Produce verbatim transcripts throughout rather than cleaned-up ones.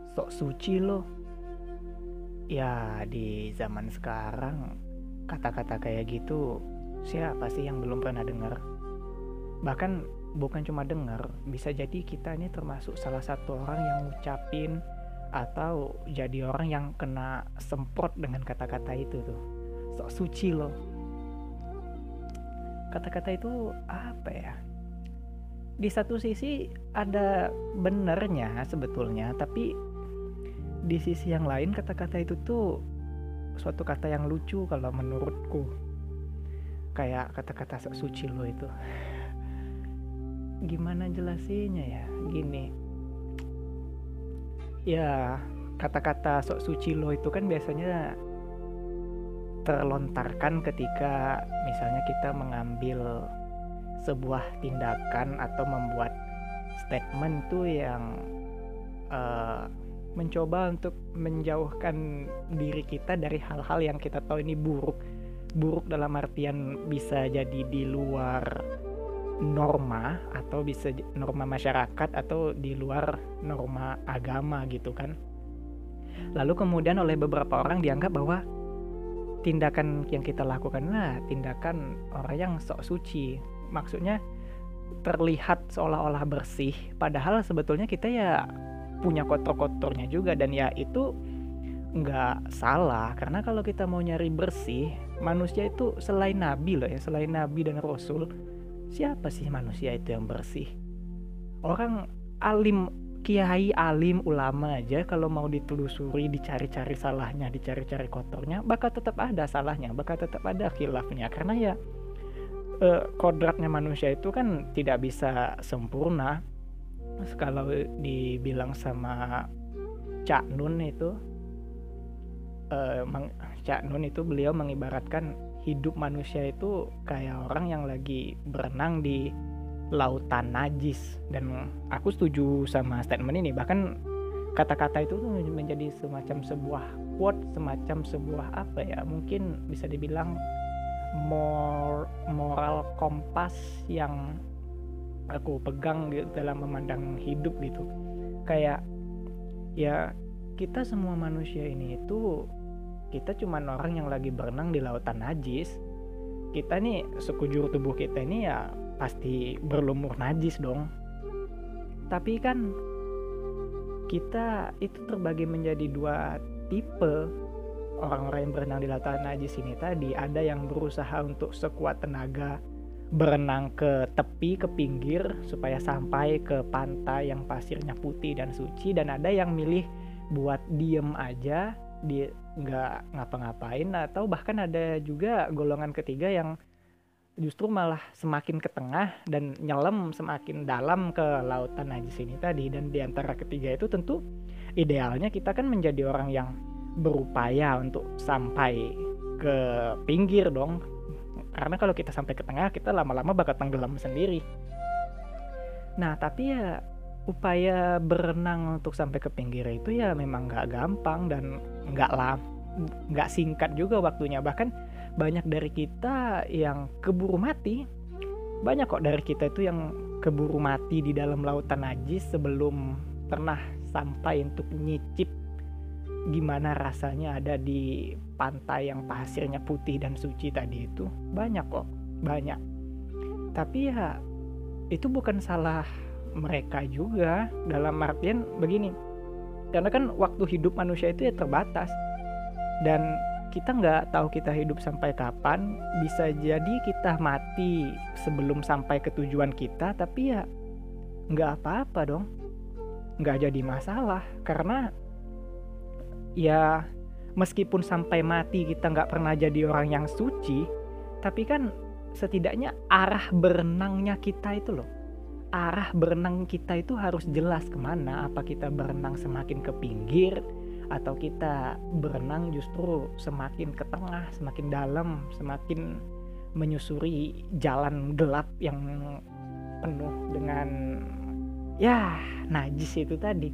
sok suci lo. Ya di zaman sekarang kata-kata kayak gitu siapa sih yang belum pernah dengar? Bahkan bukan cuma dengar, bisa jadi kita ini termasuk salah satu orang yang ngucapin atau jadi orang yang kena semprot dengan kata-kata itu tuh. Sok suci lo. Kata-kata itu apa ya? Di satu sisi ada benernya sebetulnya, tapi di sisi yang lain kata-kata itu tuh suatu kata yang lucu kalau menurutku. Kayak kata-kata sok suci lo itu. Gimana jelasinnya ya? Gini. Ya, kata-kata sok suci lo itu kan biasanya terlontarkan ketika misalnya kita mengambil sebuah tindakan atau membuat statement tuh yang uh, mencoba untuk menjauhkan diri kita dari hal-hal yang kita tahu ini buruk. Buruk dalam artian bisa jadi di luar norma atau bisa norma masyarakat atau di luar norma agama gitu kan. Lalu kemudian oleh beberapa orang dianggap bahwa tindakan yang kita lakukan lah tindakan orang yang sok suci. Maksudnya terlihat seolah-olah bersih, padahal sebetulnya kita ya punya kotor-kotornya juga. Dan ya itu nggak salah, karena kalau kita mau nyari bersih, manusia itu selain nabi loh ya, selain nabi dan rasul, siapa sih manusia itu yang bersih? Orang alim, kiai, alim, ulama aja kalau mau ditelusuri, dicari-cari salahnya, dicari-cari kotornya, bakal tetap ada salahnya, bakal tetap ada khilafnya. Karena ya eh, kodratnya manusia itu kan tidak bisa sempurna. Kalau dibilang sama Cak Nun itu, eh, Cak Nun itu beliau mengibaratkan hidup manusia itu kayak orang yang lagi berenang di lautan najis. Dan aku setuju sama statement ini. Bahkan kata-kata itu tuh menjadi semacam sebuah quote, semacam sebuah apa ya, mungkin bisa dibilang mor- moral kompas yang aku pegang gitu dalam memandang hidup gitu. Kayak ya kita semua manusia ini itu kita cuman orang yang lagi berenang di lautan najis. Kita nih sekujur tubuh kita ini ya pasti berlumur najis dong. Tapi kan kita itu terbagi menjadi dua tipe orang-orang yang berenang di lautan najis ini tadi. Ada yang berusaha untuk sekuat tenaga berenang ke tepi, ke pinggir supaya sampai ke pantai yang pasirnya putih dan suci. Dan ada yang milih buat diem aja, dia nggak ngapa-ngapain. Atau bahkan ada juga golongan ketiga yang justru malah semakin ke tengah dan nyelam semakin dalam ke lautan najis ini tadi. Dan di antara ketiga itu tentu idealnya kita kan menjadi orang yang berupaya untuk sampai ke pinggir dong. Karena kalau kita sampai ke tengah, kita lama-lama bakal tenggelam sendiri. Nah, tapi ya upaya berenang untuk sampai ke pinggir itu ya memang gak gampang dan gak lam, gak singkat juga waktunya. Bahkan banyak dari kita yang keburu mati. Banyak kok dari kita itu yang keburu mati di dalam lautan najis sebelum pernah sampai untuk nyicip gimana rasanya ada di pantai yang pasirnya putih dan suci tadi itu. Banyak kok, banyak. Tapi ya itu bukan salah mereka juga, dalam artian begini, karena kan waktu hidup manusia itu ya terbatas dan kita nggak tahu kita hidup sampai kapan. Bisa jadi kita mati sebelum sampai ke tujuan kita, tapi ya nggak apa-apa dong, nggak jadi masalah. Karena ya meskipun sampai mati kita nggak pernah jadi orang yang suci, tapi kan setidaknya arah berenangnya kita itu loh, arah berenang kita itu harus jelas kemana. Apa kita berenang semakin ke pinggir, atau kita berenang justru semakin ke tengah, semakin dalam, semakin menyusuri jalan gelap yang penuh dengan ya najis itu tadi.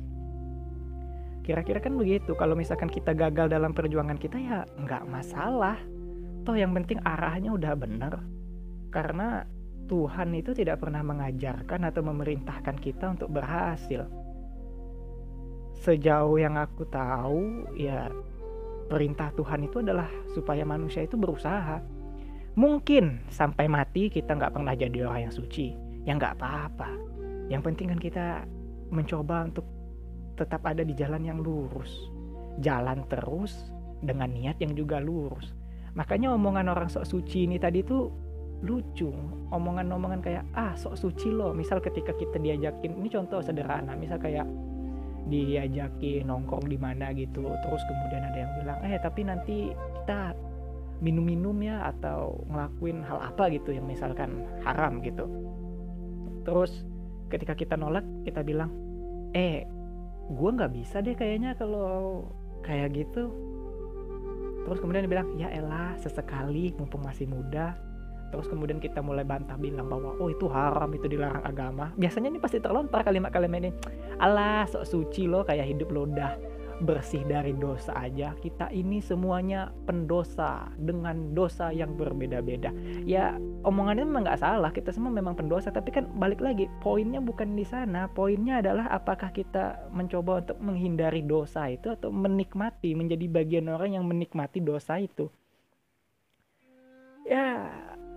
Kira-kira kan begitu. Kalau misalkan kita gagal dalam perjuangan kita ya nggak masalah. Toh yang penting arahnya udah benar. Karena Tuhan itu tidak pernah mengajarkan atau memerintahkan kita untuk berhasil. sejauh yang aku tahu ya perintah Tuhan itu adalah supaya manusia itu berusaha. Mungkin sampai mati kita nggak pernah jadi orang yang suci, ya nggak apa-apa. Yang penting kan kita mencoba untuk tetap ada di jalan yang lurus, jalan terus dengan niat yang juga lurus. Makanya omongan orang sok suci ini tadi tuh lucu, omongan-omongan kayak ah sok suci loh. Misal ketika kita diajakin, ini contoh sederhana, misal kayak diajakin nongkrong di mana gitu, terus kemudian ada yang bilang eh tapi nanti kita minum-minum ya atau ngelakuin hal apa gitu yang misalkan haram gitu. Terus ketika kita nolak, kita bilang eh gue nggak bisa deh kayaknya kalau kayak gitu. Terus kemudian dia bilang ya elah sesekali mumpung masih muda. Terus kemudian kita mulai bantah bilang bahwa oh itu haram, itu dilarang agama. Biasanya ini pasti terlontar kalimat-kalimat ini. Alah sok suci lo, kayak hidup lo udah bersih dari dosa aja. Kita ini semuanya pendosa dengan dosa yang berbeda-beda. Ya omongannya memang gak salah, kita semua memang pendosa. Tapi kan balik lagi, poinnya bukan di sana. Poinnya adalah apakah kita mencoba untuk menghindari dosa itu atau menikmati, menjadi bagian orang yang menikmati dosa itu. Ya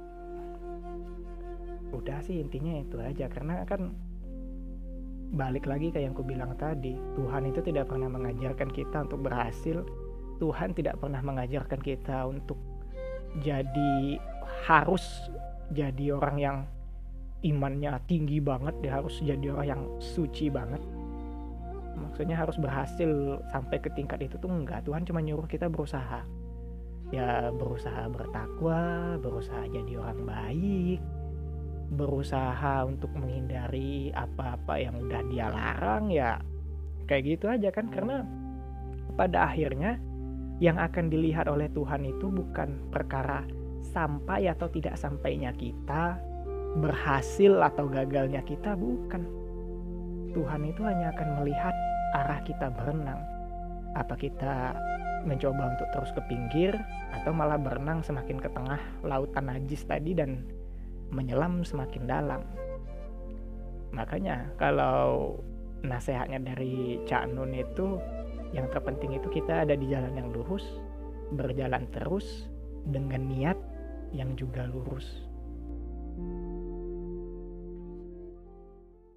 udah sih intinya itu aja. Karena kan balik lagi kayak yang aku bilang tadi, Tuhan itu tidak pernah mengajarkan kita untuk berhasil. Tuhan tidak pernah mengajarkan kita untuk jadi harus jadi orang yang imannya tinggi banget, dia harus jadi orang yang suci banget. Maksudnya harus berhasil sampai ke tingkat itu tuh enggak. Tuhan cuma nyuruh kita berusaha. Ya berusaha bertakwa, berusaha jadi orang baik, berusaha untuk menghindari apa-apa yang udah dia larang, ya kayak gitu aja kan. Karena pada akhirnya yang akan dilihat oleh Tuhan itu bukan perkara sampai atau tidak sampainya kita, berhasil atau gagalnya kita, bukan. Tuhan itu hanya akan melihat arah kita berenang. Apa kita mencoba untuk terus ke pinggir atau malah berenang semakin ke tengah lautan najis tadi dan menyelam semakin dalam. Makanya kalau nasihatnya dari Cak Nun itu, yang terpenting itu kita ada di jalan yang lurus, berjalan terus dengan niat yang juga lurus.